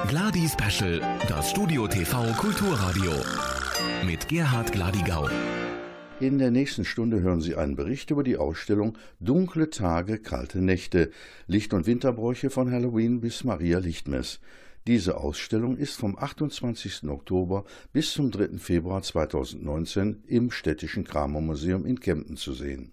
Gladi Special, das Studio TV Kulturradio mit Gerhard Gladigau. In der nächsten Stunde hören Sie einen Bericht über die Ausstellung Dunkle Tage, kalte Nächte, Licht- und Winterbräuche von Halloween bis Maria Lichtmess. Diese Ausstellung ist vom 28. Oktober bis zum 3. Februar 2019 im Städtischen Kramer-Museum in Kempten zu sehen.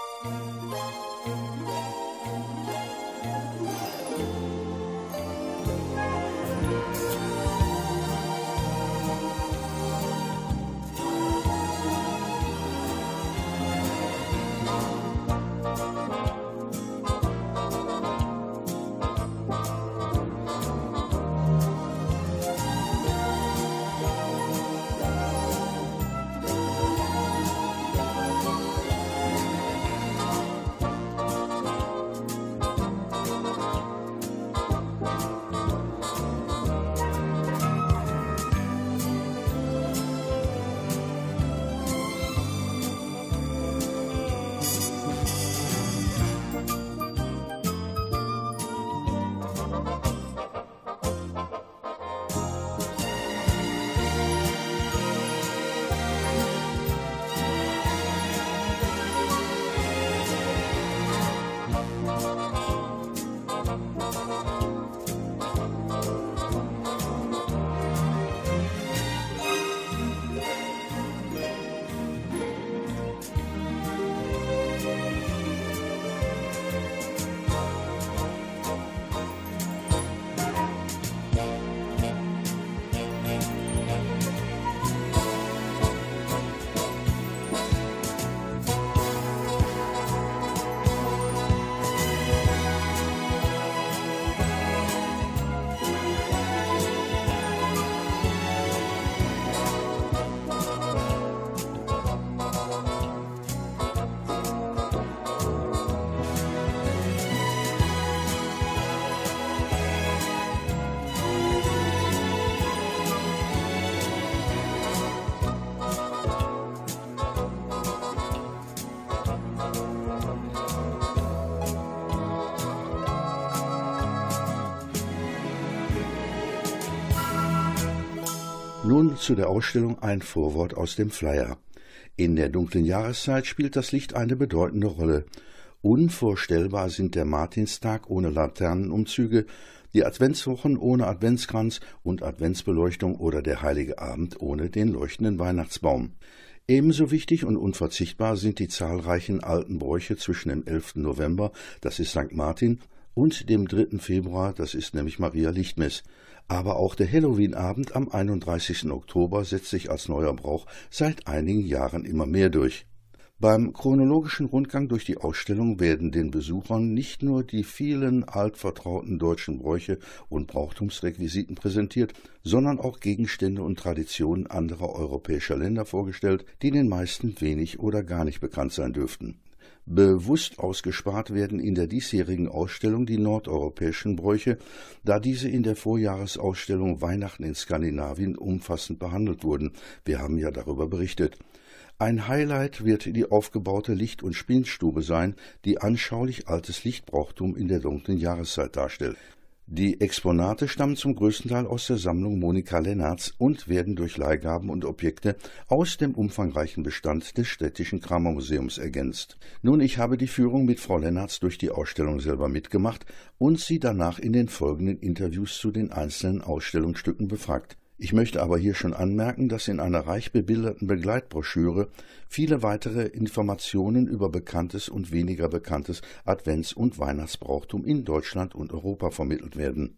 Nun zu der Ausstellung ein Vorwort aus dem Flyer. In der dunklen Jahreszeit spielt das Licht eine bedeutende Rolle. Unvorstellbar sind der Martinstag ohne Laternenumzüge, die Adventswochen ohne Adventskranz und Adventsbeleuchtung oder der Heilige Abend ohne den leuchtenden Weihnachtsbaum. Ebenso wichtig und unverzichtbar sind die zahlreichen alten Bräuche zwischen dem 11. November, das ist St. Martin, und dem 3. Februar, das ist nämlich Maria Lichtmess. Aber auch der Halloween-Abend am 31. Oktober setzt sich als neuer Brauch seit einigen Jahren immer mehr durch. Beim chronologischen Rundgang durch die Ausstellung werden den Besuchern nicht nur die vielen altvertrauten deutschen Bräuche und Brauchtumsrequisiten präsentiert, sondern auch Gegenstände und Traditionen anderer europäischer Länder vorgestellt, die den meisten wenig oder gar nicht bekannt sein dürften. Bewusst ausgespart werden in der diesjährigen Ausstellung die nordeuropäischen Bräuche, da diese in der Vorjahresausstellung Weihnachten in Skandinavien umfassend behandelt wurden. Wir haben ja darüber berichtet. Ein Highlight wird die aufgebaute Licht- und Spielstube sein, die anschaulich altes Lichtbrauchtum in der dunklen Jahreszeit darstellt. Die Exponate stammen zum größten Teil aus der Sammlung Monika Lennartz und werden durch Leihgaben und Objekte aus dem umfangreichen Bestand des Städtischen Kramer-Museums ergänzt. Nun, ich habe die Führung mit Frau Lennartz durch die Ausstellung selber mitgemacht und sie danach in den folgenden Interviews zu den einzelnen Ausstellungsstücken befragt. Ich möchte aber hier schon anmerken, dass in einer reich bebilderten Begleitbroschüre viele weitere Informationen über bekanntes und weniger bekanntes Advents- und Weihnachtsbrauchtum in Deutschland und Europa vermittelt werden.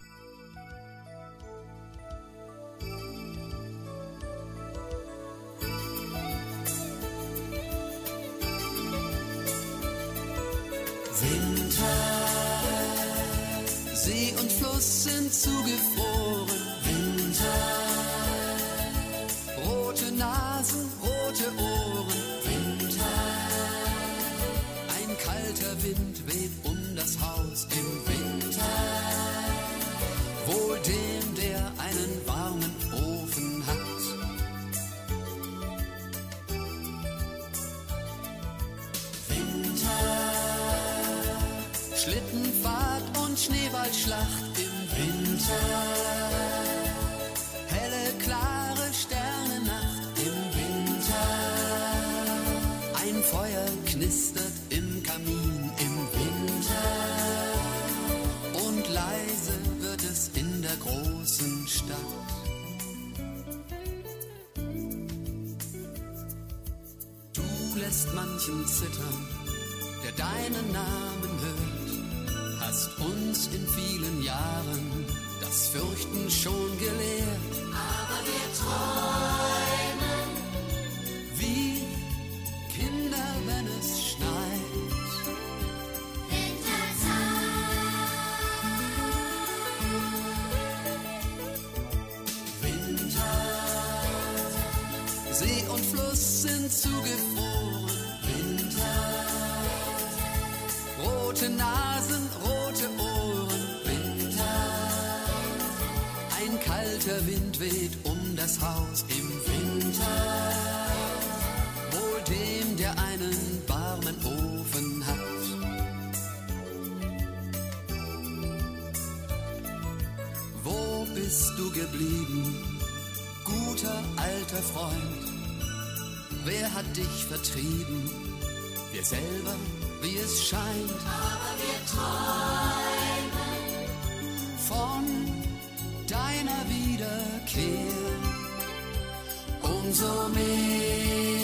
Winter, See und Fluss sind zugefroren. Winter, rote Nasen, rote Ohren. Winter, ein kalter Wind weht um das Haus im Winter. Wohl dem, der einen warmen Ofen hat. Winter, Schlittenfahrt und Schneeballschlacht im Winter. lässt manchen zittern, der deinen Namen hört. Hast uns in vielen Jahren das Fürchten schon gelehrt. Aber wir träumen wie Kinder, wenn es schneit. Winter, See und Fluss sind zugefroren. Winter, rote Nasen, rote Ohren. Winter, ein kalter Wind weht um das Haus im Winter. Wohl dem, der einen warmen Ofen hat. Wo bist du geblieben, guter alter Freund? Wer hat dich vertrieben? Wir selber, wie es scheint. Aber wir träumen von deiner Wiederkehr. Umso mehr.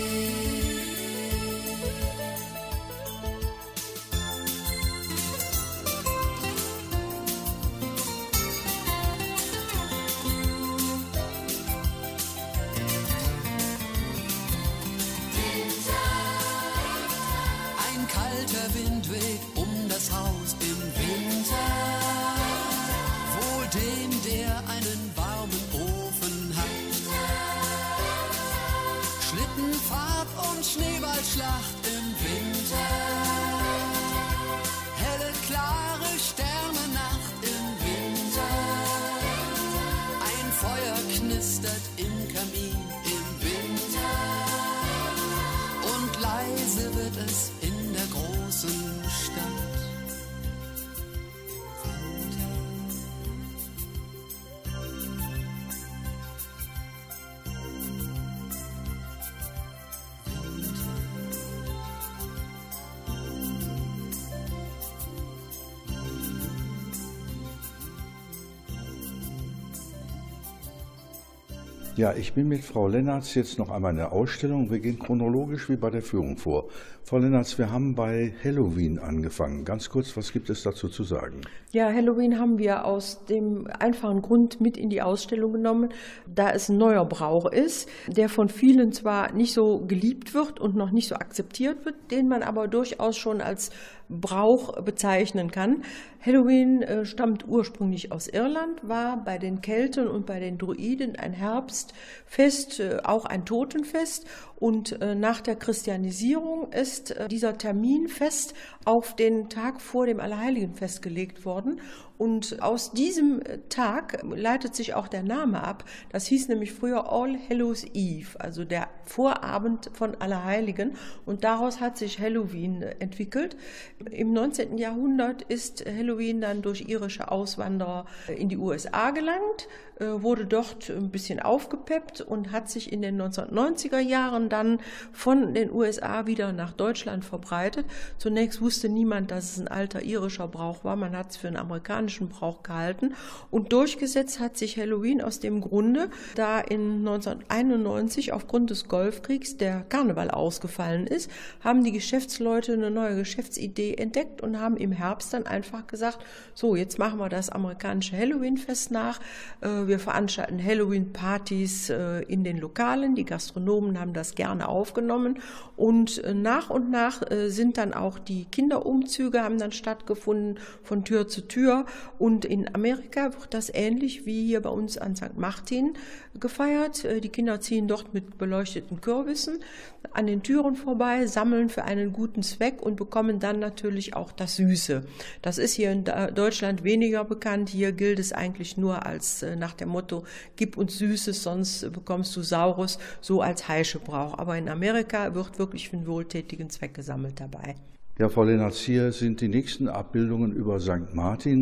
Kalter Wind weht um das Haus im Winter, wohl dem, der einen warmen Ofen hat. Schlittenfahrt und Schneeballschlacht im Winter, helle, klare Sternennacht im Winter. Ein Feuer knistert im Kamin im Winter und leise wird es in der großen Stadt. Ja, ich bin mit Frau Lennertz jetzt noch einmal in der Ausstellung. Wir gehen chronologisch wie bei der Führung vor. Frau Lennertz, wir haben bei Halloween angefangen. Ganz kurz, was gibt es dazu zu sagen? Ja, Halloween haben wir aus dem einfachen Grund mit in die Ausstellung genommen, da es ein neuer Brauch ist, der von vielen zwar nicht so geliebt wird und noch nicht so akzeptiert wird, den man aber durchaus schon als Brauch bezeichnen kann. Halloween stammt ursprünglich aus Irland, war bei den Kelten und bei den Druiden ein Herbstfest, auch ein Totenfest. Und nach der Christianisierung ist dieser Termin fest auf den Tag vor dem Allerheiligenfest gelegt worden. Und aus diesem Tag leitet sich auch der Name ab. Das hieß nämlich früher All Hallows Eve, also der Vorabend von Allerheiligen. Und daraus hat sich Halloween entwickelt. Im 19. Jahrhundert ist Halloween dann durch irische Auswanderer in die USA gelangt, wurde dort ein bisschen aufgepeppt und hat sich in den 1990er Jahren dann von den USA wieder nach Deutschland verbreitet. Zunächst wusste niemand, dass es ein alter irischer Brauch war. Man hat es für einen amerikanischen Brauch gehalten. Und durchgesetzt hat sich Halloween aus dem Grunde, da in 1991 aufgrund des Golfkriegs der Karneval ausgefallen ist, haben die Geschäftsleute eine neue Geschäftsidee entdeckt und haben im Herbst dann einfach gesagt, so, jetzt machen wir das amerikanische Halloween-Fest nach. Wir veranstalten Halloween-Partys in den Lokalen. Die Gastronomen haben das gerne aufgenommen. Und nach sind dann auch die Kinderumzüge haben dann stattgefunden von Tür zu Tür. Und in Amerika wird das ähnlich wie hier bei uns an St. Martin gefeiert. Die Kinder ziehen dort mit beleuchteten Kürbissen an den Türen vorbei, sammeln für einen guten Zweck und bekommen dann natürlich auch das Süße. Das ist hier in Deutschland weniger bekannt. Hier gilt es eigentlich nur als nach dem Motto, gib uns Süßes, sonst bekommst du Saures, so als Heischebrauch. Aber in Amerika wird wirklich für einen wohltätigen Zweck gesammelt dabei. Ja, Frau Lennertz, hier sind die nächsten Abbildungen über St. Martin.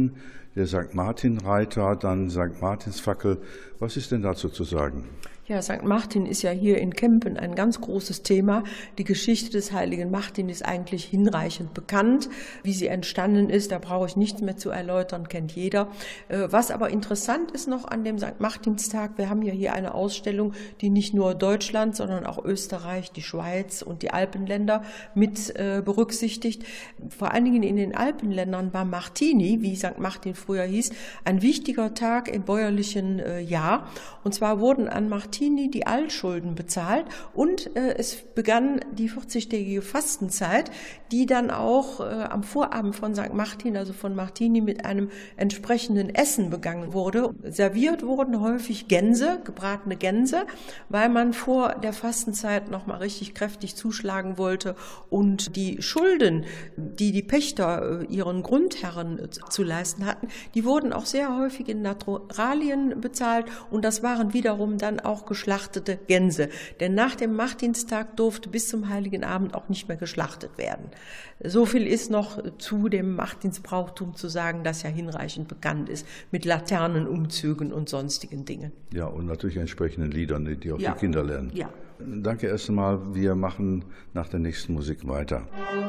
der St. Martin-Reiter, dann St. Martinsfackel. Was ist denn dazu zu sagen? Ja, St. Martin ist ja hier in Kempen ein ganz großes Thema. Die Geschichte des heiligen Martin ist eigentlich hinreichend bekannt. Wie sie entstanden ist, da brauche ich nichts mehr zu erläutern, kennt jeder. Was aber interessant ist noch an dem St. Martinstag, wir haben ja hier eine Ausstellung, die nicht nur Deutschland, sondern auch Österreich, die Schweiz und die Alpenländer mit berücksichtigt. Vor allen Dingen in den Alpenländern war Martini, wie St. Martin früher hieß, ein wichtiger Tag im bäuerlichen Jahr. Und zwar wurden an Martini die Altschulden bezahlt und es begann die 40-tägige Fastenzeit, die dann auch am Vorabend von St. Martin, also von Martini, mit einem entsprechenden Essen begangen wurde. Serviert wurden häufig Gänse, gebratene Gänse, weil man vor der Fastenzeit noch mal richtig kräftig zuschlagen wollte und die Schulden, die die Pächter ihren Grundherren zu leisten hatten, die wurden auch sehr häufig in Naturalien bezahlt und das waren wiederum dann auch geschlachtete Gänse. Denn nach dem Martinstag durfte bis zum Heiligen Abend auch nicht mehr geschlachtet werden. So viel ist noch zu dem Martinsbrauchtum zu sagen, das ja hinreichend bekannt ist, mit Laternenumzügen und sonstigen Dingen. Ja, und natürlich entsprechenden Liedern, die auch die Kinder lernen. Ja. Danke erst einmal. Wir machen nach der nächsten Musik weiter.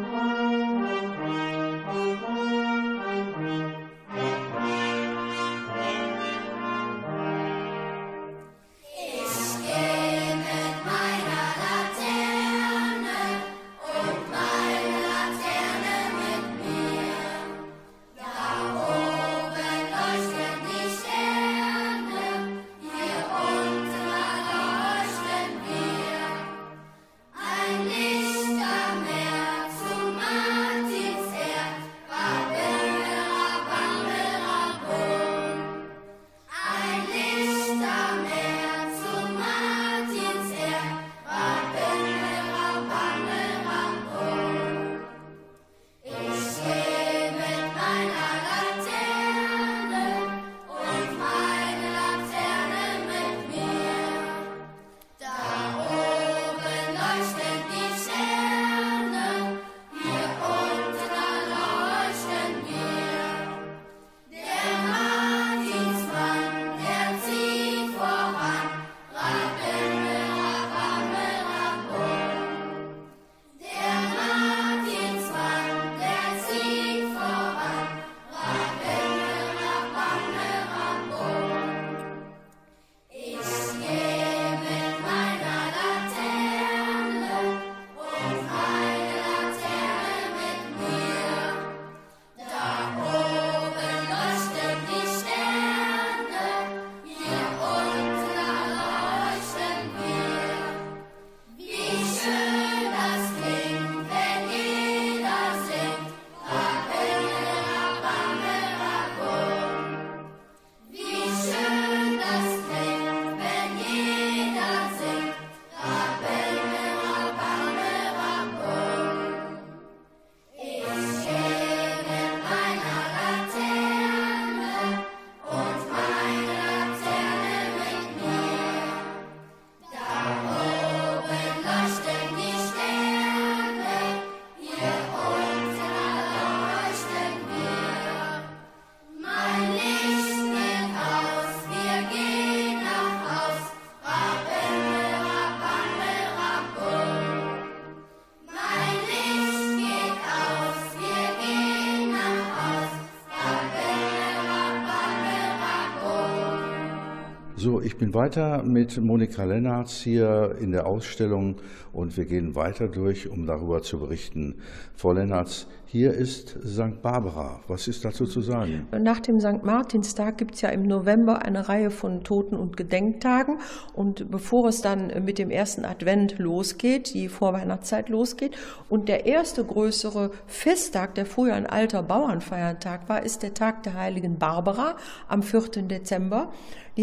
So, ich bin weiter mit Monika Lennartz hier in der Ausstellung und wir gehen weiter durch, um darüber zu berichten. Frau Lennartz, hier ist St. Barbara. Was ist dazu zu sagen? Nach dem St. Martinstag gibt es ja im November eine Reihe von Toten- und Gedenktagen. Und bevor es dann mit dem ersten Advent losgeht, die Vorweihnachtszeit losgeht, und der erste größere Festtag, der früher ein alter Bauernfeiertag war, ist der Tag der heiligen Barbara am 4. Dezember. Die heilige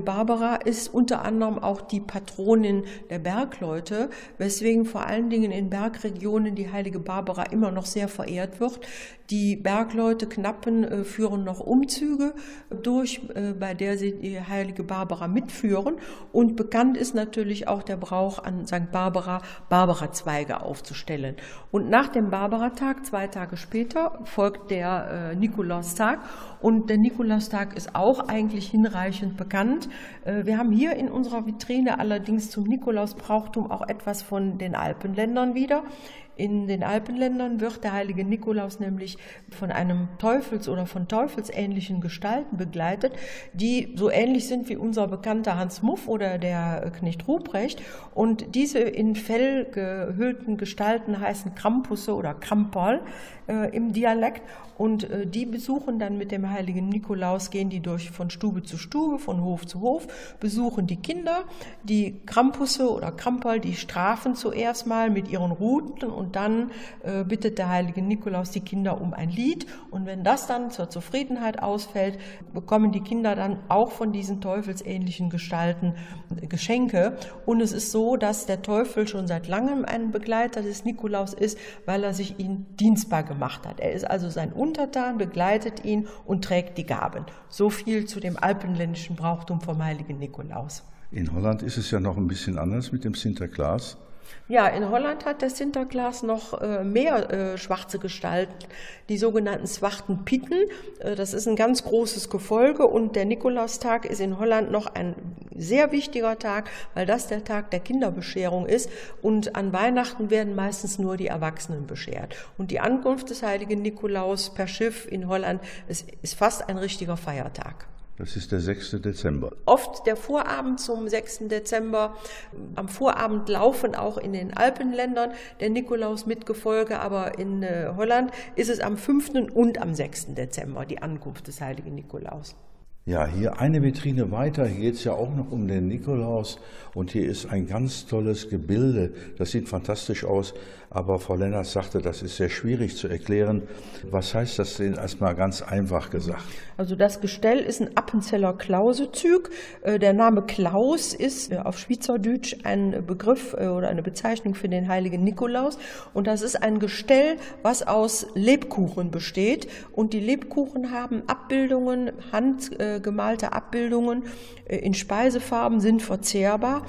Barbara ist unter anderem auch die Patronin der Bergleute, weswegen vor allen Dingen in Bergregionen die heilige Barbara immer noch sehr verehrt wird. Die Bergleute, Knappen führen noch Umzüge durch, bei der sie die heilige Barbara mitführen. Und bekannt ist natürlich auch der Brauch, an St. Barbara Barbara-Zweige aufzustellen. Und nach dem Barbaratag, 2 Tage später, folgt der Nikolaustag. Und der Nikolaustag ist auch eigentlich hinreichend bekannt. Wir haben hier in unserer Vitrine allerdings zum Nikolausbrauchtum auch etwas von den Alpenländern wieder. In den Alpenländern wird der heilige Nikolaus nämlich von einem oder von teufelsähnlichen Gestalten begleitet, die so ähnlich sind wie unser bekannter Hans Muff oder der Knecht Ruprecht. Und diese in Fell gehüllten Gestalten heißen Krampusse oder Kramperl im Dialekt. Und die besuchen dann mit dem heiligen Nikolaus, gehen die von Stube zu Stube, von Hof zu Hof, besuchen die Kinder. Die Krampusse oder Kramperl, die strafen zuerst mal mit ihren Ruten und dann bittet der heilige Nikolaus die Kinder um ein Lied. Und wenn das dann zur Zufriedenheit ausfällt, bekommen die Kinder dann auch von diesen teufelsähnlichen Gestalten Geschenke. Und es ist so, dass der Teufel schon seit langem ein Begleiter des Nikolaus ist, weil er sich ihm dienstbar gemacht hat. Er ist also sein Untertan, begleitet ihn und trägt die Gaben. So viel zu dem alpenländischen Brauchtum vom heiligen Nikolaus. In Holland ist es ja noch ein bisschen anders mit dem Sinterklaas. Ja, in Holland hat der Sinterklaas noch mehr schwarze Gestalten, die sogenannten Zwarten Pieten. Das ist ein ganz großes Gefolge und der Nikolaustag ist in Holland noch ein sehr wichtiger Tag, weil das der Tag der Kinderbescherung ist und an Weihnachten werden meistens nur die Erwachsenen beschert. Und die Ankunft des heiligen Nikolaus per Schiff in Holland ist fast ein richtiger Feiertag. Das ist der 6. Dezember. Oft der Vorabend zum 6. Dezember. Am Vorabend laufen auch in den Alpenländern der Nikolaus mit Gefolge, aber in Holland ist es am 5. und am 6. Dezember die Ankunft des heiligen Nikolaus. Ja, hier eine Vitrine weiter, hier geht es ja auch noch um den Nikolaus und hier ist ein ganz tolles Gebilde, das sieht fantastisch aus, aber Frau Lennart sagte, das ist sehr schwierig zu erklären. Was heißt das denn erstmal ganz einfach gesagt? Also das Gestell ist ein Appenzeller Klausezug. Der Name Klaus ist auf Schweizerdeutsch ein Begriff oder eine Bezeichnung für den heiligen Nikolaus und das ist ein Gestell, was aus Lebkuchen besteht und die Lebkuchen haben Abbildungen, handgemalte Abbildungen in Speisefarben, sind verzehrbar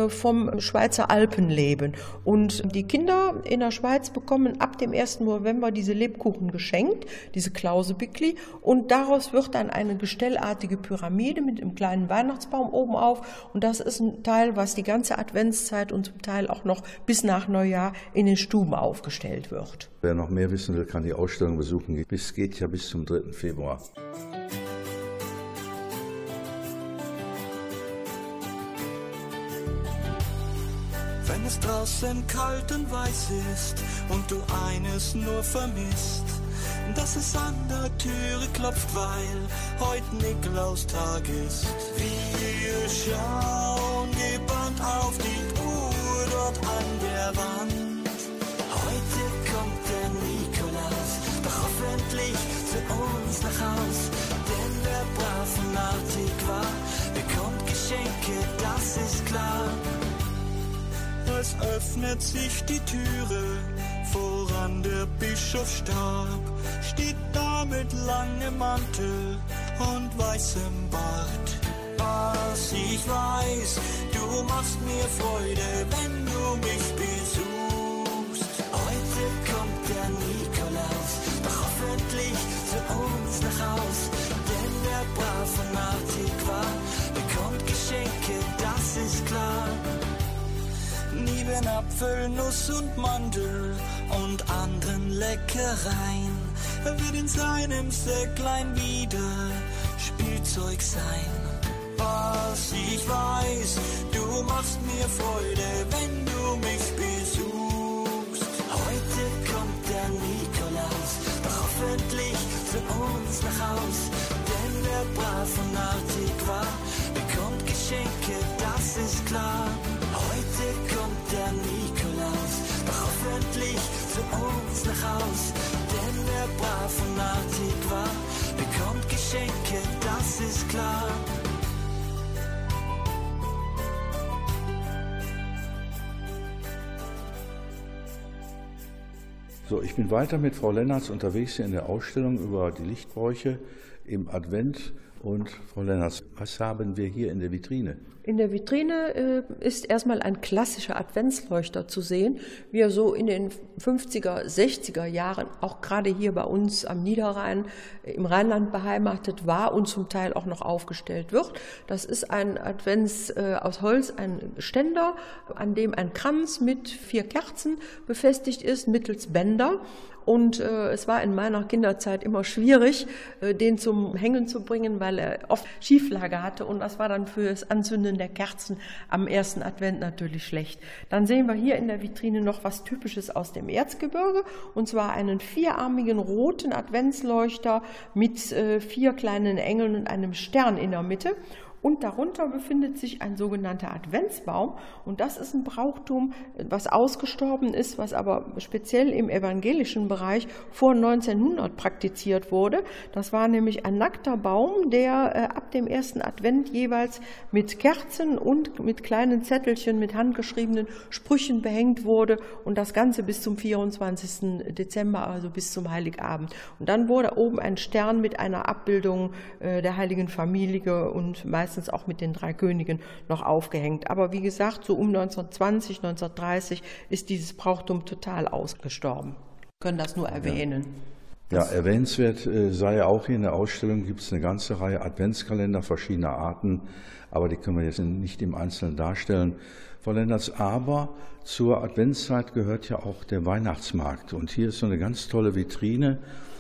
vom Schweizer Alpenleben und die Kinder in der Schweiz bekommen ab dem 1. November diese Lebkuchen geschenkt, diese Klausebicli und daraus wird dann eine gestellartige Pyramide mit einem kleinen Weihnachtsbaum oben auf und das ist ein Teil, was die ganze Adventszeit und zum Teil auch noch bis nach Neujahr in den Stuben aufgestellt wird. Wer noch mehr wissen will, kann die Ausstellung besuchen. Es geht ja bis zum 3. Februar. Wenn es draußen kalt und weiß ist und du eines nur vermisst, dass es an der Türe klopft, weil heute Nikolaustag ist. Wir schauen gebannt auf die Uhr dort an der Wand. Heute kommt der Nikolaus, doch hoffentlich zu uns nach Haus, denn der brave Antiqua bekommt Geschenke, das ist klar. Es öffnet sich die Türe, voran der Bischofsstab, steht da mit langem Mantel und weißem Bart. Was ich weiß, du machst mir Freude, wenn du mich besuchst. Heute kommt der Nikolaus, doch hoffentlich zu uns nach Haus, denn der brave Antiqua bekommt Geschenke, das ist klar. Neben Apfel, Nuss und Mandel und anderen Leckereien wird in seinem Säcklein wieder Spielzeug sein. Was ich weiß, du machst mir Freude, wenn du mich besuchst. Heute kommt der Nikolaus, doch hoffentlich zu uns nach Haus, denn der brave Antiqua bekommt Geschenke, das ist klar. Heute kommt der Nikolaus, doch hoffentlich zu uns nach Haus, denn der brave Antiqua bekommt Geschenke, das ist klar. So, ich bin weiter mit Frau Lennertz unterwegs hier in der Ausstellung über die Lichtbräuche im Advent. Und Frau Lennertz, was haben wir hier in der Vitrine? In der Vitrine ist erstmal ein klassischer Adventsleuchter zu sehen, wie er so in den 50er, 60er Jahren auch gerade hier bei uns am Niederrhein im Rheinland beheimatet war und zum Teil auch noch aufgestellt wird. Das ist ein Advents aus Holz, ein Ständer, an dem ein Kranz mit 4 Kerzen befestigt ist, mittels Bänder. Und es war in meiner Kinderzeit immer schwierig, den zum Hängen zu bringen, weil er oft Schieflage hatte. Und das war dann für das Anzünden der Kerzen am ersten Advent natürlich schlecht. Dann sehen wir hier in der Vitrine noch was Typisches aus dem Erzgebirge. Und zwar einen 4-armigen roten Adventsleuchter mit 4 kleinen Engeln und einem Stern in der Mitte. Und darunter befindet sich ein sogenannter Adventsbaum. Und das ist ein Brauchtum, was ausgestorben ist, was aber speziell im evangelischen Bereich vor 1900 praktiziert wurde. Das war nämlich ein nackter Baum, der ab dem ersten Advent jeweils mit Kerzen und mit kleinen Zettelchen, mit handgeschriebenen Sprüchen behängt wurde. Und das Ganze bis zum 24. Dezember, also bis zum Heiligabend. Und dann wurde oben ein Stern mit einer Abbildung der Heiligen Familie und meistens auch mit den 3 Königen noch aufgehängt. Aber wie gesagt, so um 1920, 1930 ist dieses Brauchtum total ausgestorben. Wir können das nur erwähnen. Ja, erwähnenswert sei ja auch hier in der Ausstellung, gibt es eine ganze Reihe Adventskalender verschiedener Arten, aber die können wir jetzt nicht im Einzelnen darstellen. Frau Lennertz, aber zur Adventszeit gehört ja auch der Weihnachtsmarkt. Und hier ist so eine ganz tolle Vitrine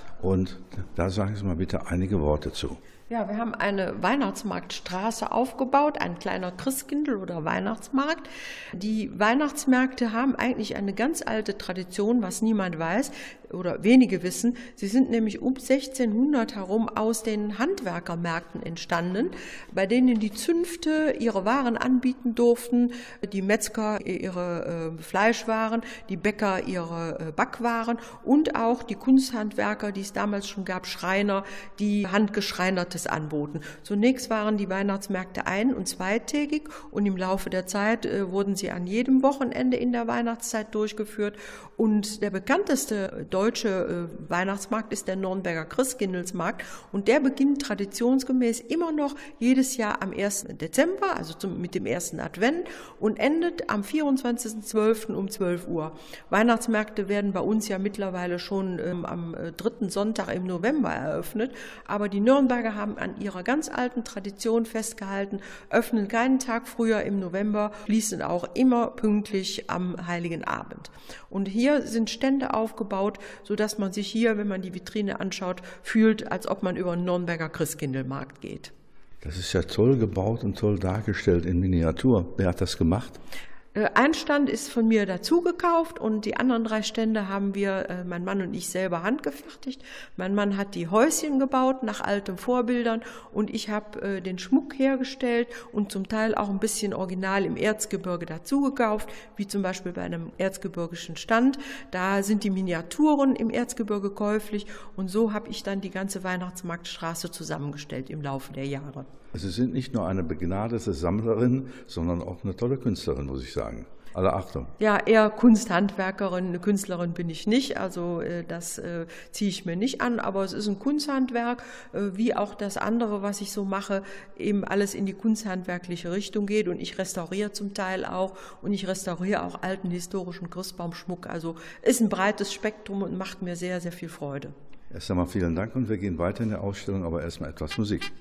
und da sagen Sie mal bitte einige Worte zu. Ja, wir haben eine Weihnachtsmarktstraße aufgebaut, ein kleiner Christkindl oder Weihnachtsmarkt. Die Weihnachtsmärkte haben eigentlich eine ganz alte Tradition, was niemand weiß oder wenige wissen. Sie sind nämlich um 1600 herum aus den Handwerkermärkten entstanden, bei denen die Zünfte ihre Waren anbieten durften, die Metzger ihre Fleischwaren, die Bäcker ihre Backwaren und auch die Kunsthandwerker, die es damals schon gab, Schreiner, die handgeschreinertes anboten. Zunächst waren die Weihnachtsmärkte ein- und zweitägig und im Laufe der Zeit wurden sie an jedem Wochenende in der Weihnachtszeit durchgeführt. Und der bekannteste deutsche Weihnachtsmarkt ist der Nürnberger Christkindlesmarkt und der beginnt traditionsgemäß immer noch jedes Jahr am 1. Dezember, also mit dem ersten Advent und endet am 24.12. um 12 Uhr. Weihnachtsmärkte werden bei uns ja mittlerweile schon am 3. Sonntag im November eröffnet, aber die Nürnberger haben an ihrer ganz alten Tradition festgehalten, öffnen keinen Tag früher im November, schließen auch immer pünktlich am Heiligen Abend. Und hier sind Stände aufgebaut, sodass man sich hier, wenn man die Vitrine anschaut, fühlt, als ob man über einen Nürnberger Christkindlmarkt geht. Das ist ja toll gebaut und toll dargestellt in Miniatur. Wer hat das gemacht? Ein Stand ist von mir dazu gekauft und die anderen 3 Stände haben wir, mein Mann und ich, selber handgefertigt. Mein Mann hat die Häuschen gebaut nach alten Vorbildern und ich habe den Schmuck hergestellt und zum Teil auch ein bisschen original im Erzgebirge dazu gekauft, wie zum Beispiel bei einem erzgebirgischen Stand. Da sind die Miniaturen im Erzgebirge käuflich und so habe ich dann die ganze Weihnachtsmarktstraße zusammengestellt im Laufe der Jahre. Sie sind nicht nur eine begnadete Sammlerin, sondern auch eine tolle Künstlerin, muss ich sagen. Alle Achtung. Ja, eher Kunsthandwerkerin, eine Künstlerin bin ich nicht, also das ziehe ich mir nicht an, aber es ist ein Kunsthandwerk, wie auch das andere, was ich so mache, eben alles in die kunsthandwerkliche Richtung geht und ich restauriere zum Teil auch und ich restauriere auch alten historischen Christbaumschmuck, also ist ein breites Spektrum und macht mir sehr, sehr viel Freude. Erst einmal vielen Dank und wir gehen weiter in der Ausstellung, aber erstmal etwas Musik.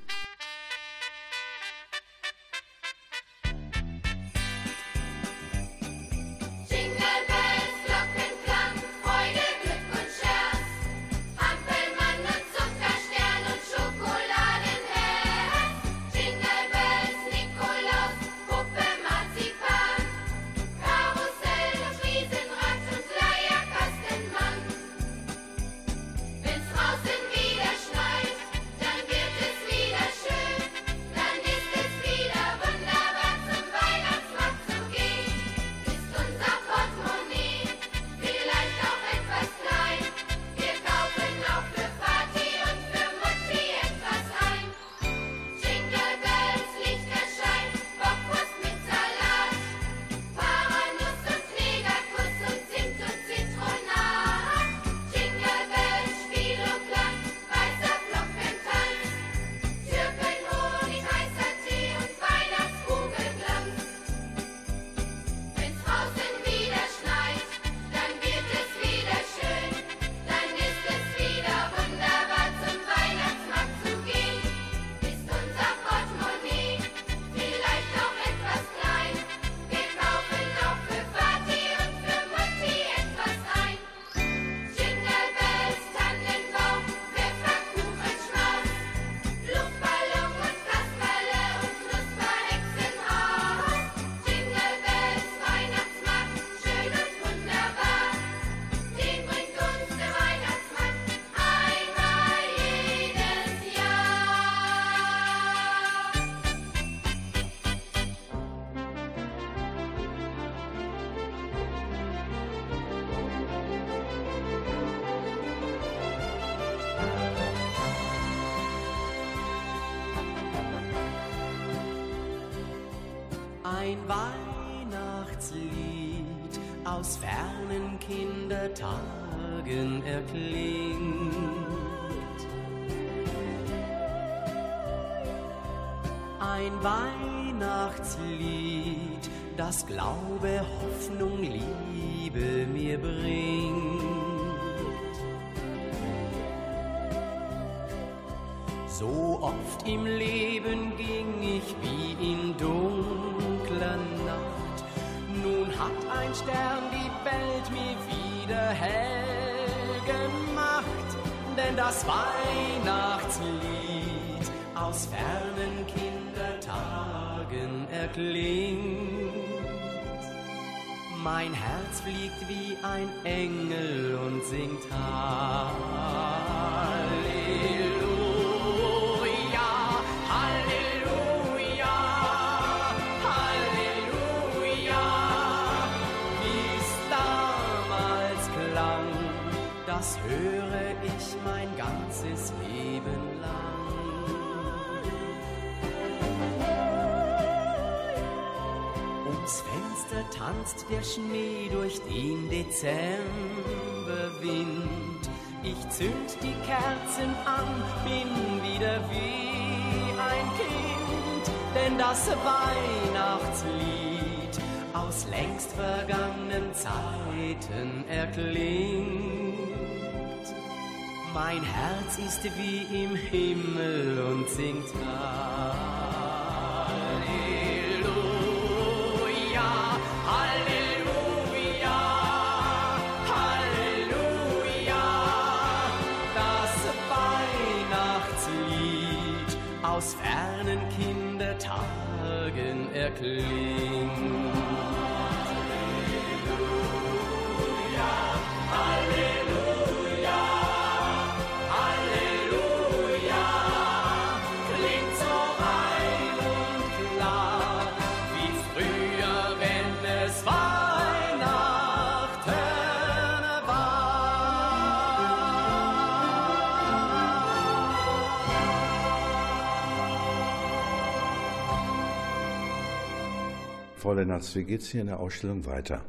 Wenn's draußen wieder schneit, dann wird es wieder schön. Ein Weihnachtslied aus fernen Kindertagen erklingt. Ein Weihnachtslied, das Glaube, Hoffnung, Liebe mir bringt. So oft im Leben ging ich wie in dunkler Nacht. Nun hat ein Stern die Welt mir wieder hell gemacht. Denn das Weihnachtslied aus fernen Kindertagen erklingt. Mein Herz fliegt wie ein Engel und singt Halleluja, Halleluja, Halleluja. Wie's damals klang, das höre ich mein ganzes Leben lang. Ums Fenster tanzt der Schnee durch den Dezemberwind. Ich zünd die Kerzen an, bin wieder wie ein Kind. Denn das Weihnachtslied aus längst vergangenen Zeiten erklingt. Mein Herz ist wie im Himmel und singt aus fernen Kindertagen erklingt. Halleluja, Halleluja, Halleluja, klingt so rein und klar, wie früher, wenn es Weihnachten war. Frau Lennartz, wie geht es hier in der Ausstellung weiter?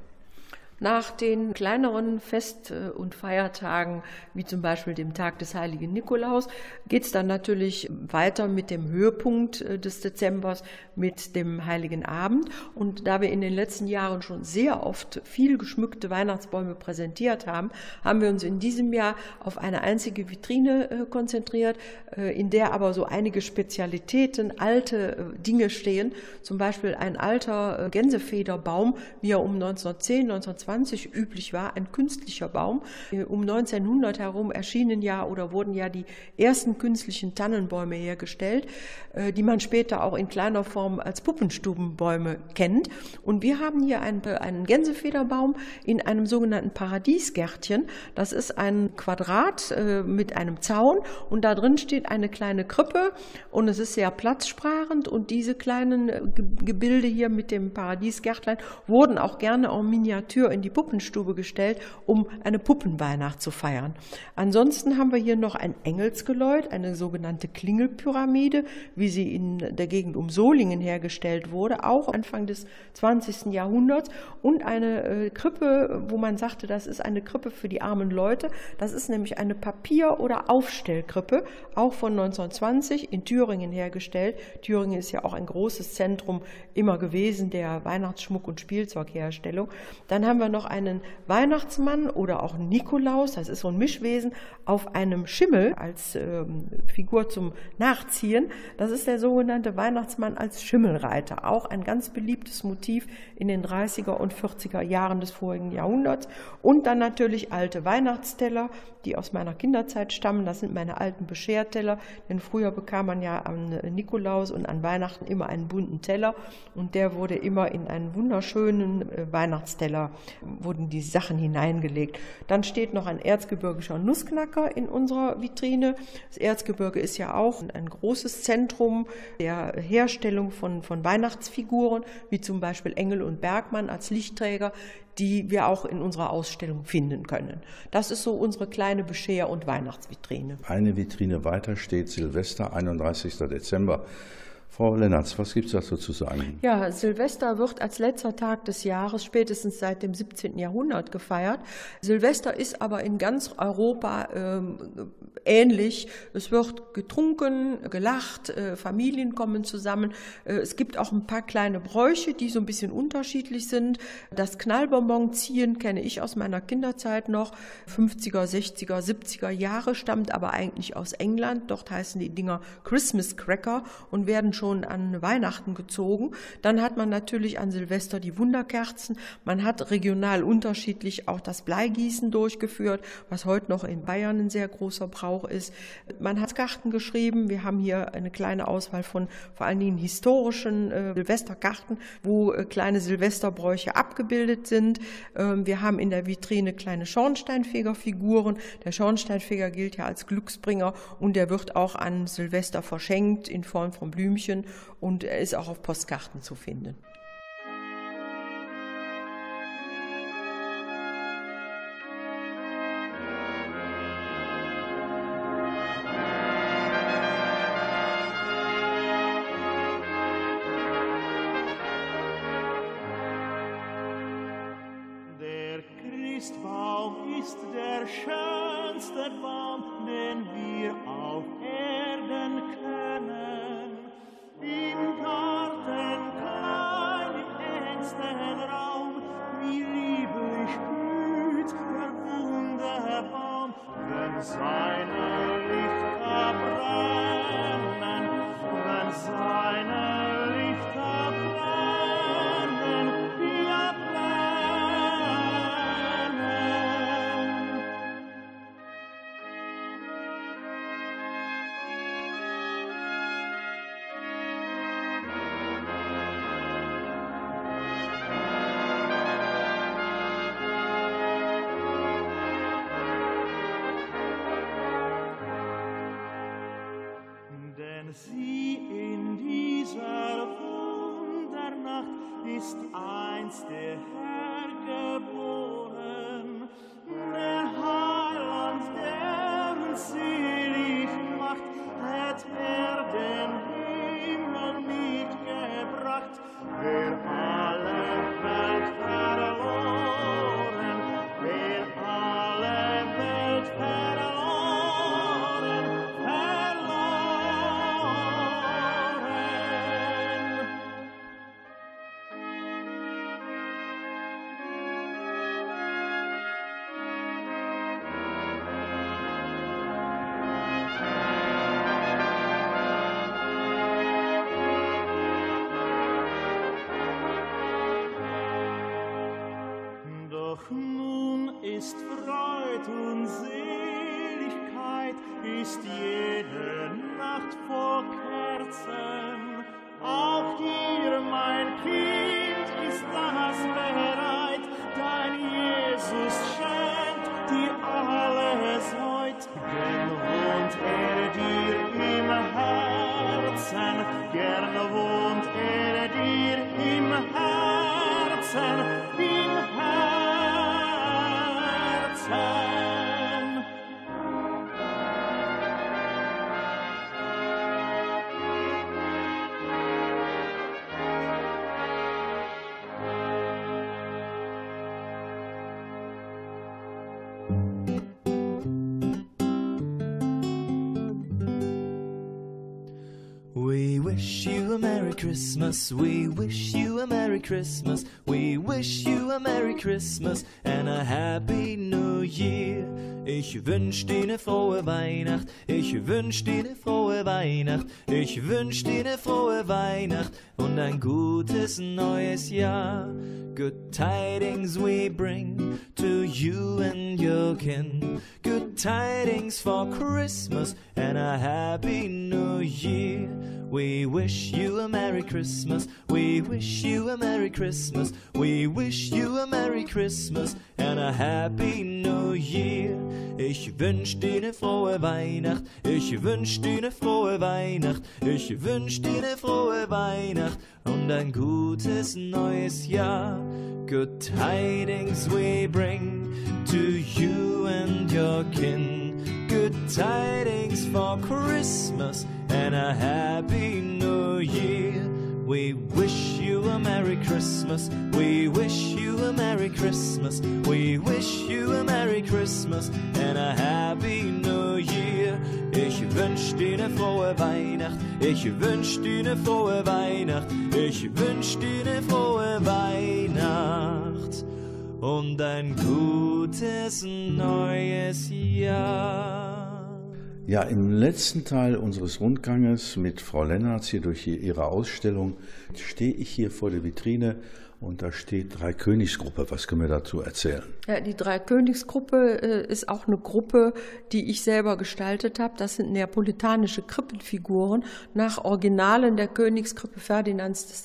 Nach den kleineren Fest- und Feiertagen, wie zum Beispiel dem Tag des Heiligen Nikolaus, geht es dann natürlich weiter mit dem Höhepunkt des Dezembers, mit dem Heiligen Abend. Und da wir in den letzten Jahren schon sehr oft viel geschmückte Weihnachtsbäume präsentiert haben, haben wir uns in diesem Jahr auf eine einzige Vitrine konzentriert, in der aber so einige Spezialitäten, alte Dinge stehen. Zum Beispiel ein alter Gänsefederbaum, wie er um 1910, 1920 üblich war, ein künstlicher Baum. Um 1900 herum erschienen ja oder wurden ja die ersten künstlichen Tannenbäume hergestellt, die man später auch in kleiner Form als Puppenstubenbäume kennt. Und wir haben hier einen Gänsefederbaum in einem sogenannten Paradiesgärtchen. Das ist ein Quadrat mit einem Zaun und da drin steht eine kleine Krippe und es ist sehr platzsparend und diese kleinen Gebilde hier mit dem Paradiesgärtlein wurden auch gerne en Miniatur in die Puppenstube gestellt, um eine Puppenweihnacht zu feiern. Ansonsten haben wir hier noch ein Engelsgeläut, eine sogenannte Klingelpyramide, wie sie in der Gegend um Solingen hergestellt wurde, auch Anfang des 20. Jahrhunderts und eine Krippe, wo man sagte, das ist eine Krippe für die armen Leute. Das ist nämlich eine Papier- oder Aufstellkrippe, auch von 1920 in Thüringen hergestellt. Thüringen ist ja auch ein großes Zentrum immer gewesen der Weihnachtsschmuck- und Spielzeugherstellung. Dann haben wir noch einen Weihnachtsmann oder auch Nikolaus, das ist so ein Mischwesen, auf einem Schimmel als Figur zum Nachziehen. Das ist der sogenannte Weihnachtsmann als Schimmelreiter, auch ein ganz beliebtes Motiv in den 30er und 40er Jahren des vorigen Jahrhunderts. Und dann natürlich alte Weihnachtsteller, die aus meiner Kinderzeit stammen. Das sind meine alten Bescherteller, denn früher bekam man ja an Nikolaus und an Weihnachten immer einen bunten Teller und der wurde immer in einen wunderschönen Weihnachtsteller, wurden die Sachen hineingelegt. Dann steht noch ein erzgebirgischer Nussknacker in unserer Vitrine. Das Erzgebirge ist ja auch ein großes Zentrum der Herstellung von Weihnachtsfiguren, wie zum Beispiel Engel und Bergmann als Lichtträger, die wir auch in unserer Ausstellung finden können. Das ist so unsere kleine Bescher- und Weihnachtsvitrine. Eine Vitrine weiter steht Silvester, 31. Dezember. Frau Lennertz, was gibt es dazu zu sagen? Ja, Silvester wird als letzter Tag des Jahres spätestens seit dem 17. Jahrhundert gefeiert. Silvester ist aber in ganz Europa ähnlich. Es wird getrunken, gelacht, Familien kommen zusammen. Es gibt auch ein paar kleine Bräuche, die so ein bisschen unterschiedlich sind. Das Knallbonbon ziehen kenne ich aus meiner Kinderzeit noch. 50er, 60er, 70er Jahre, stammt aber eigentlich aus England. Dort heißen die Dinger Christmas Cracker und werden schon an Weihnachten gezogen. Dann hat man natürlich an Silvester die Wunderkerzen. Man hat regional unterschiedlich auch das Bleigießen durchgeführt, was heute noch in Bayern ein sehr großer Brauch ist. Man hat Karten geschrieben. Wir haben hier eine kleine Auswahl von vor allen Dingen historischen Silvesterkarten, wo kleine Silvesterbräuche abgebildet sind. Wir haben in der Vitrine kleine Schornsteinfegerfiguren. Der Schornsteinfeger gilt ja als Glücksbringer und der wird auch an Silvester verschenkt in Form von Blümchen und er ist auch auf Postkarten zu finden. Der Christbaum ist der schönste Baum, den wir auf Erden kennen. Im Garten klein, im engsten Raum, wie lieblich blüht der Wunderbaum, wenn seine Lichter brennen, wenn seine Lichter brennen, ja brennen. Denn sie in dieser Wundernacht ist einst der Herr geboren, der Heiland, der uns selig macht, hat den Himmel mitgebracht, wer alle Welt verloren, wer alle Welt verloren. Doch nun ist Freud und Seligkeit, ist jede Nacht vor Kerzen. Auch dir, mein Kind, ist das bereit, dein Jesus schenkt dir alles heut. Gern wohnt dir im Herzen, gern wohnt dir im Herzen, im Herzen. We wish you a Merry Christmas, we wish you a Merry Christmas, we wish you a Merry Christmas and a Happy New Year. Ich wünsch dir eine frohe Weihnacht, ich wünsch dir eine frohe Weihnacht, ich wünsch dir eine frohe Weihnacht und ein gutes neues Jahr. Good tidings we bring to you and your kin. Good tidings for Christmas and a Happy New Year. We wish you a Merry Christmas, we wish you a Merry Christmas, we wish you a Merry Christmas and a Happy New Year. Ich wünsch dir eine frohe Weihnacht, ich wünsch dir eine frohe Weihnacht, ich wünsch dir eine frohe Weihnacht und ein gutes neues Jahr. Good tidings we bring to you and your kin. Good tidings for Christmas and a Happy New Year. We wish you a Merry Christmas. We wish you a Merry Christmas. We wish you a Merry Christmas and a Happy New Year. Ich wünsch dir eine frohe Weihnacht. Ich wünsch dir eine frohe Weihnacht. Ich wünsch dir eine frohe Weihnacht und ein gutes neues Jahr. Ja, im letzten Teil unseres Rundganges mit Frau Lennartz hier durch ihre Ausstellung stehe ich hier vor der Vitrine und da steht Dreikönigsgruppe. Was können wir dazu erzählen? Ja, die Dreikönigsgruppe ist auch eine Gruppe, die ich selber gestaltet habe. Das sind neapolitanische Krippenfiguren nach Originalen der Königskrippe Ferdinands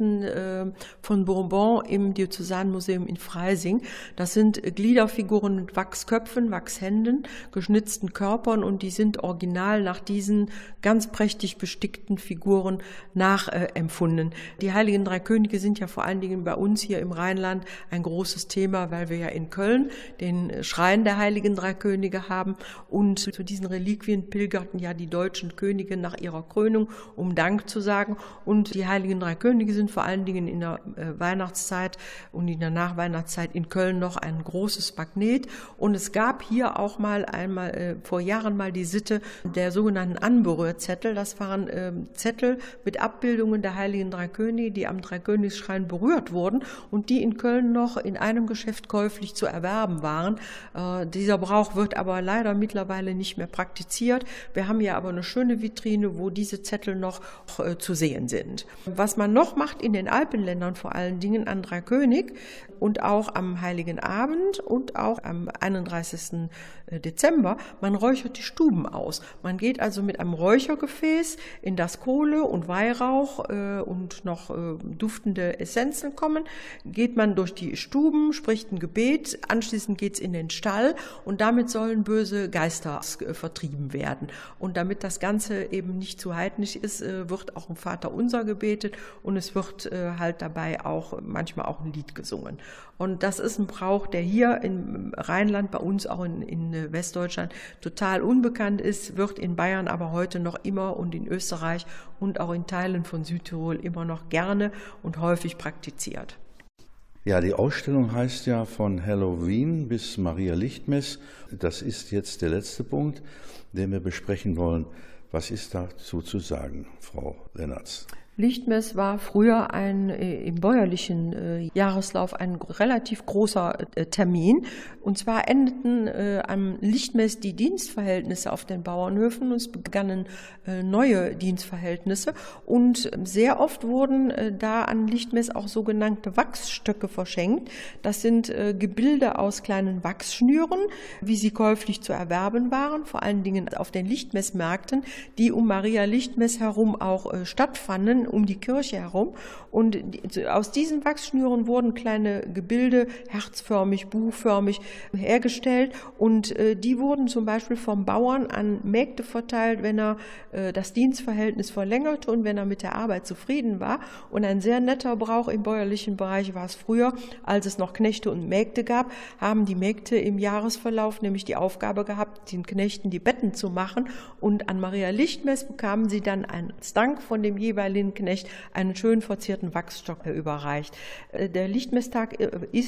VI. Von Bourbon im Diözesanmuseum in Freising. Das sind Gliederfiguren mit Wachsköpfen, Wachshänden, geschnitzten Körpern und die sind original nach diesen ganz prächtig bestickten Figuren nachempfunden. Die Heiligen Drei Könige sind ja vor allen Dingen bei uns hier im Rheinland ein großes Thema, weil wir ja in Köln den Schrein der Heiligen Drei Könige haben und zu diesen Reliquien pilgerten ja die deutschen Könige nach ihrer Krönung, um Dank zu sagen. Und die Heiligen Drei Könige sind vor allen Dingen in der Weihnachtszeit und in der Nachweihnachtszeit in Köln noch ein großes Magnet. Und es gab hier auch mal vor Jahren mal die Sitte der sogenannten Anberührzettel. Das waren Zettel mit Abbildungen der Heiligen Drei Könige, die am Dreikönigsschrein berührt wurden und die in Köln noch in einem Geschäft käuflich zu erwerben waren. Dieser Brauch wird aber leider mittlerweile nicht mehr praktiziert. Wir haben ja aber eine schöne Vitrine, wo diese Zettel noch zu sehen sind. Was man noch macht in den Alpenländern, vor allen Dingen an Dreikönig und auch am Heiligen Abend und auch am 31. Dezember, man räuchert die Stuben aus. Man geht also mit einem Räuchergefäß, in das Kohle und Weihrauch und noch duftende Essenzen kommen, geht man durch die Stuben, spricht ein Gebet, anschließend geht's in den Stall und damit sollen böse Geister vertrieben werden. Und damit das Ganze eben nicht zu heidnisch ist, wird auch ein Vaterunser gebetet und es wird halt dabei auch manchmal auch ein Lied gesungen. Und das ist ein Brauch, der hier im Rheinland, bei uns auch in Westdeutschland total unbekannt ist, wird in Bayern aber heute noch immer und in Österreich und auch in Teilen von Südtirol immer noch gerne und häufig praktiziert. Ja, die Ausstellung heißt ja von Halloween bis Maria Lichtmess. Das ist jetzt der letzte Punkt, den wir besprechen wollen. Was ist dazu zu sagen, Frau Lennartz? Lichtmess war früher im bäuerlichen Jahreslauf ein relativ großer Termin. Und zwar endeten am Lichtmess die Dienstverhältnisse auf den Bauernhöfen und es begannen neue Dienstverhältnisse. Und sehr oft wurden da an Lichtmess auch sogenannte Wachsstöcke verschenkt. Das sind Gebilde aus kleinen Wachsschnüren, wie sie käuflich zu erwerben waren, vor allen Dingen auf den Lichtmessmärkten, die um Maria Lichtmess herum auch stattfanden, um die Kirche herum. Und aus diesen Wachsschnüren wurden kleine Gebilde, herzförmig, buchförmig hergestellt. Und die wurden zum Beispiel vom Bauern an Mägde verteilt, wenn er das Dienstverhältnis verlängerte und wenn er mit der Arbeit zufrieden war. Und ein sehr netter Brauch im bäuerlichen Bereich war es früher, als es noch Knechte und Mägde gab, haben die Mägde im Jahresverlauf nämlich die Aufgabe gehabt, den Knechten die Betten zu machen. Und an Maria Lichtmess bekamen sie dann als Dank von dem jeweiligen Knecht einen schön verzierten Wachsstock überreicht. Der Lichtmesstag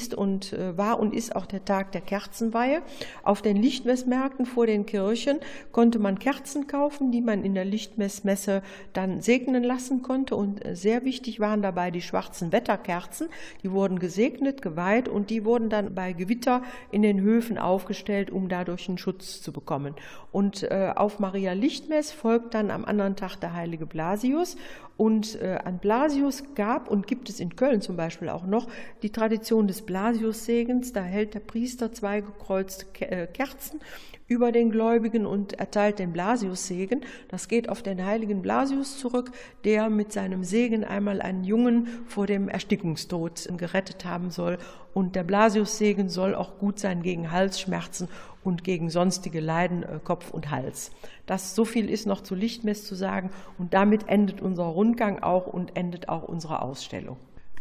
war und ist auch der Tag der Kerzenweihe. Auf den Lichtmessmärkten vor den Kirchen konnte man Kerzen kaufen, die man in der Lichtmessmesse dann segnen lassen konnte. Und sehr wichtig waren dabei die schwarzen Wetterkerzen. Die wurden gesegnet, geweiht und die wurden dann bei Gewitter in den Höfen aufgestellt, um dadurch einen Schutz zu bekommen. Und auf Maria Lichtmess folgt dann am anderen Tag der heilige Blasius. Und an Blasius gab und gibt es in Köln zum Beispiel auch noch die Tradition des Blasiussegens. Da hält der Priester zwei gekreuzte Kerzen über den Gläubigen und erteilt den Blasiussegen. Das geht auf den heiligen Blasius zurück, der mit seinem Segen einmal einen Jungen vor dem Erstickungstod gerettet haben soll. Und der Blasiussegen soll auch gut sein gegen Halsschmerzen und gegen sonstige Leiden, Kopf und Hals. So viel ist noch zu Lichtmess zu sagen und damit endet unser Rundgang auch und endet auch unsere Ausstellung.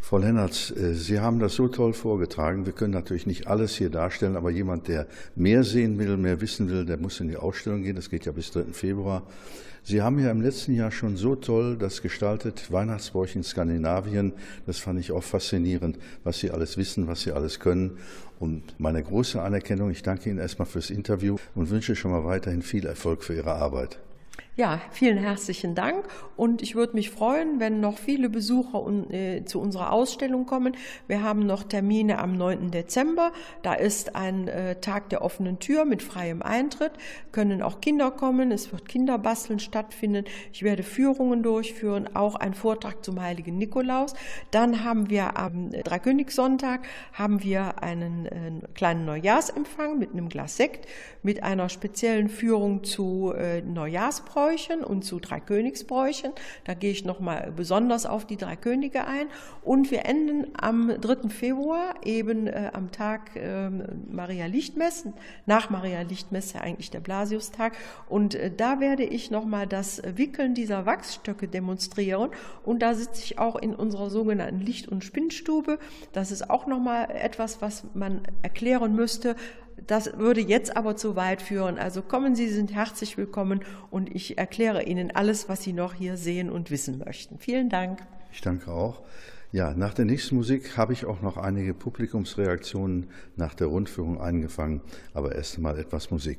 Frau Lennartz, Sie haben das so toll vorgetragen. Wir können natürlich nicht alles hier darstellen, aber jemand, der mehr sehen will, mehr wissen will, der muss in die Ausstellung gehen. Das geht ja bis 3. Februar. Sie haben ja im letzten Jahr schon so toll das gestaltet, Weihnachtsbräuche in Skandinavien. Das fand ich auch faszinierend, was Sie alles wissen, was Sie alles können. Und meine große Anerkennung, ich danke Ihnen erstmal fürs Interview und wünsche schon mal weiterhin viel Erfolg für Ihre Arbeit. Ja, vielen herzlichen Dank und ich würde mich freuen, wenn noch viele Besucher zu unserer Ausstellung kommen. Wir haben noch Termine am 9. Dezember. Da ist ein Tag der offenen Tür mit freiem Eintritt. Können auch Kinder kommen. Es wird Kinderbasteln stattfinden. Ich werde Führungen durchführen, auch einen Vortrag zum Heiligen Nikolaus. Dann haben wir am Dreikönigssonntag einen kleinen Neujahrsempfang mit einem Glas Sekt, mit einer speziellen Führung zu Neujahrsbräuchen und zu Dreikönigsbräuchen. Da gehe ich nochmal besonders auf die 3 Könige ein. Und wir enden am 3. Februar, eben am Tag Maria Lichtmesse, nach Maria Lichtmesse eigentlich der Blasiustag. Und da werde ich nochmal das Wickeln dieser Wachsstöcke demonstrieren. Und da sitze ich auch in unserer sogenannten Licht- und Spinnstube. Das ist auch nochmal etwas, was man erklären müsste. Das würde jetzt aber zu weit führen. Also kommen Sie, sind herzlich willkommen und ich erkläre Ihnen alles, was Sie noch hier sehen und wissen möchten. Vielen Dank. Ich danke auch. Ja, nach der nächsten Musik habe ich auch noch einige Publikumsreaktionen nach der Rundführung eingefangen, aber erst einmal etwas Musik.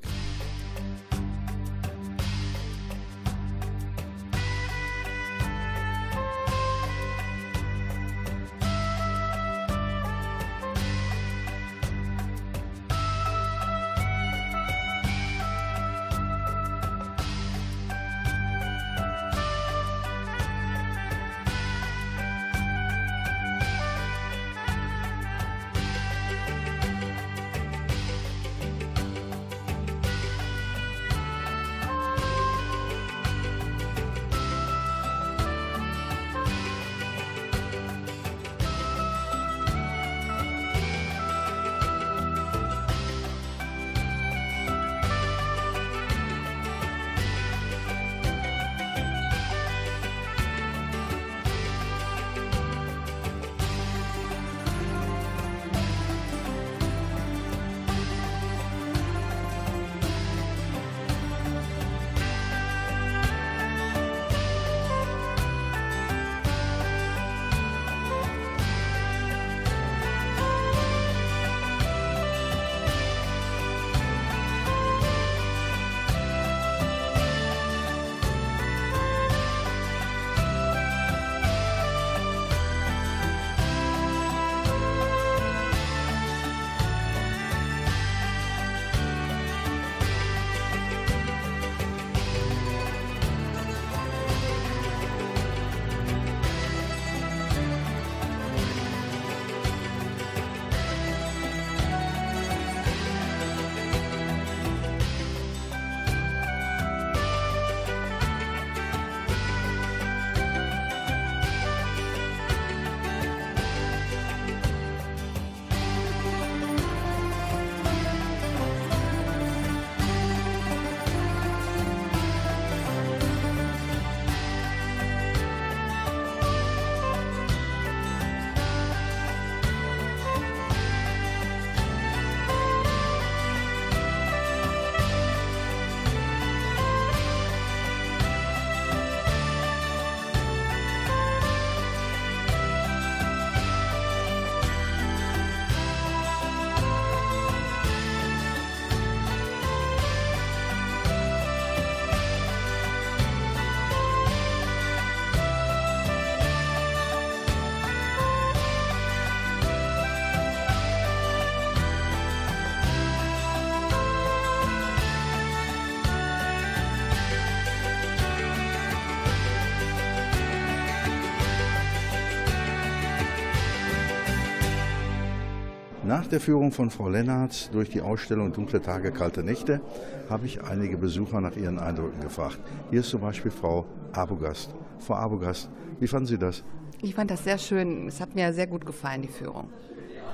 Nach der Führung von Frau Lennartz durch die Ausstellung Dunkle Tage, kalte Nächte habe ich einige Besucher nach ihren Eindrücken gefragt. Hier ist zum Beispiel Frau Arbogast. Frau Arbogast, wie fanden Sie das? Ich fand das sehr schön. Es hat mir sehr gut gefallen, die Führung.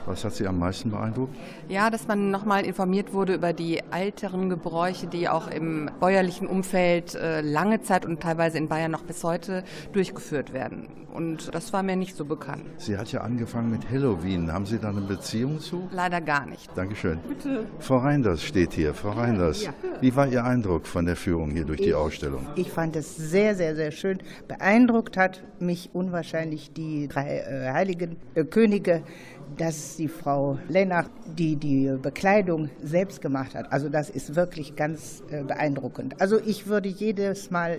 Was hat Sie am meisten beeindruckt? Ja, dass man nochmal informiert wurde über die älteren Gebräuche, die auch im bäuerlichen Umfeld lange Zeit und teilweise in Bayern noch bis heute durchgeführt werden. Und das war mir nicht so bekannt. Sie hat ja angefangen mit Halloween. Haben Sie da eine Beziehung zu? Leider gar nicht. Dankeschön. Bitte. Frau Reinders steht hier. Frau Reinders, wie war Ihr Eindruck von der Führung hier durch die Ausstellung? Ich fand es sehr, sehr, sehr schön. Beeindruckt hat mich unwahrscheinlich die 3 heiligen Könige, dass die Frau Lennart die Bekleidung selbst gemacht hat. Also das ist wirklich ganz beeindruckend. Also ich würde jedes Mal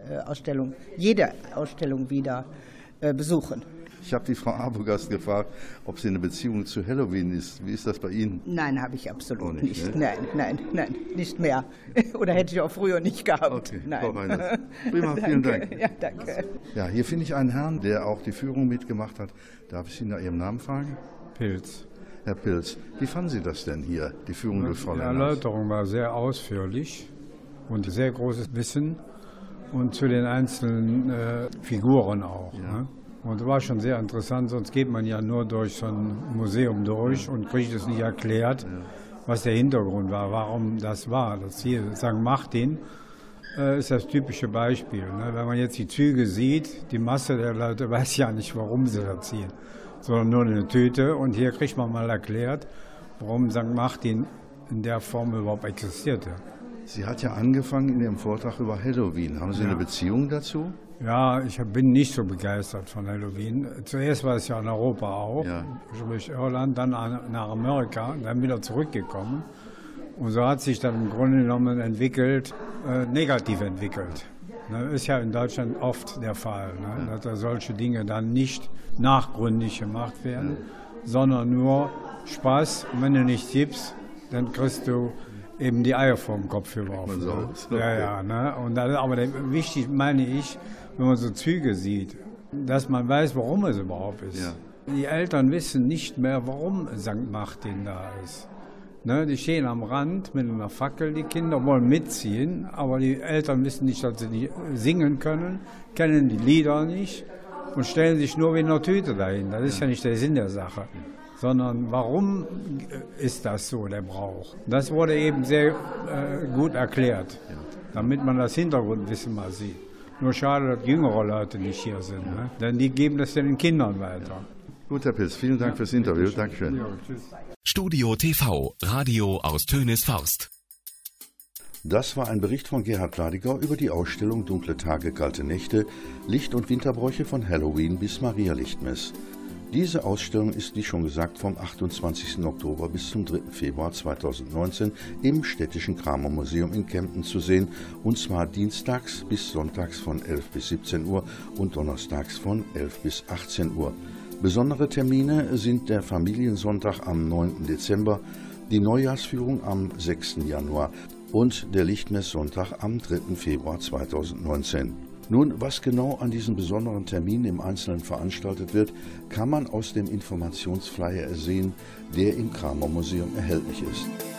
jede Ausstellung wieder besuchen. Ich habe die Frau Arbogast gefragt, ob sie eine Beziehung zu Halloween ist. Wie ist das bei Ihnen? Nein, habe ich absolut nicht. Ne? Nein, nicht mehr. Oder hätte ich auch früher nicht gehabt. Okay, nein. Frau Reiners. Prima, vielen Dank. Ja, danke. Ja, hier finde ich einen Herrn, der auch die Führung mitgemacht hat. Darf ich Sie nach Ihrem Namen fragen? Pilz. Herr Pilz, wie fanden Sie das denn hier, die Führung durch Frau Die Lennart? Erläuterung war sehr ausführlich und sehr großes Wissen und zu den einzelnen Figuren auch. Ja. Ne? Und das war schon sehr interessant, sonst geht man ja nur durch so ein Museum durch und kriegt es nicht erklärt, was der Hintergrund war, warum das war. Das hier, St. Martin, ist das typische Beispiel. Ne? Wenn man jetzt die Züge sieht, die Masse der Leute weiß ja nicht, warum sie da ziehen, sondern nur eine Tüte. Und hier kriegt man mal erklärt, warum St. Martin in der Form überhaupt existierte. Sie hat ja angefangen in Ihrem Vortrag über Halloween. Haben Sie eine Beziehung dazu? Ja, ich bin nicht so begeistert von Halloween. Zuerst war es ja in Europa auch, durch Irland, dann nach Amerika, dann wieder zurückgekommen. Und so hat sich dann im Grunde genommen negativ entwickelt. Ist ja in Deutschland oft der Fall, dass da solche Dinge dann nicht nachgründig gemacht werden, sondern nur Spaß. Und wenn du nicht gibst, dann kriegst du eben die Eier vor dem Kopf geworfen. So. Und dann, aber wichtig meine ich, wenn man so Züge sieht, dass man weiß, warum es überhaupt ist. Ja. Die Eltern wissen nicht mehr, warum St. Martin da ist. Die stehen am Rand mit einer Fackel, die Kinder wollen mitziehen, aber die Eltern wissen nicht, dass sie nicht singen können, kennen die Lieder nicht und stellen sich nur wie in einer Tüte dahin. Das ist ja nicht der Sinn der Sache, sondern warum ist das so, der Brauch? Das wurde eben sehr gut erklärt, damit man das Hintergrundwissen mal sieht. Nur schade, dass jüngere Leute nicht hier sind, denn die geben das den Kindern weiter. Gut, Herr Pilz, vielen Dank fürs Interview. Dankeschön. Ja, tschüss. Studio TV, Radio aus Tönes Forst. Das war ein Bericht von Gerhard Gladiger über die Ausstellung Dunkle Tage, kalte Nächte, Licht- und Winterbräuche von Halloween bis Maria-Lichtmess. Diese Ausstellung ist, wie schon gesagt, vom 28. Oktober bis zum 3. Februar 2019 im Städtischen Kramer-Museum in Kempten zu sehen, und zwar dienstags bis sonntags von 11 bis 17 Uhr und donnerstags von 11 bis 18 Uhr. Besondere Termine sind der Familiensonntag am 9. Dezember, die Neujahrsführung am 6. Januar und der Lichtmesssonntag am 3. Februar 2019. Nun, was genau an diesen besonderen Terminen im Einzelnen veranstaltet wird, kann man aus dem Informationsflyer sehen, der im Kramer Museum erhältlich ist.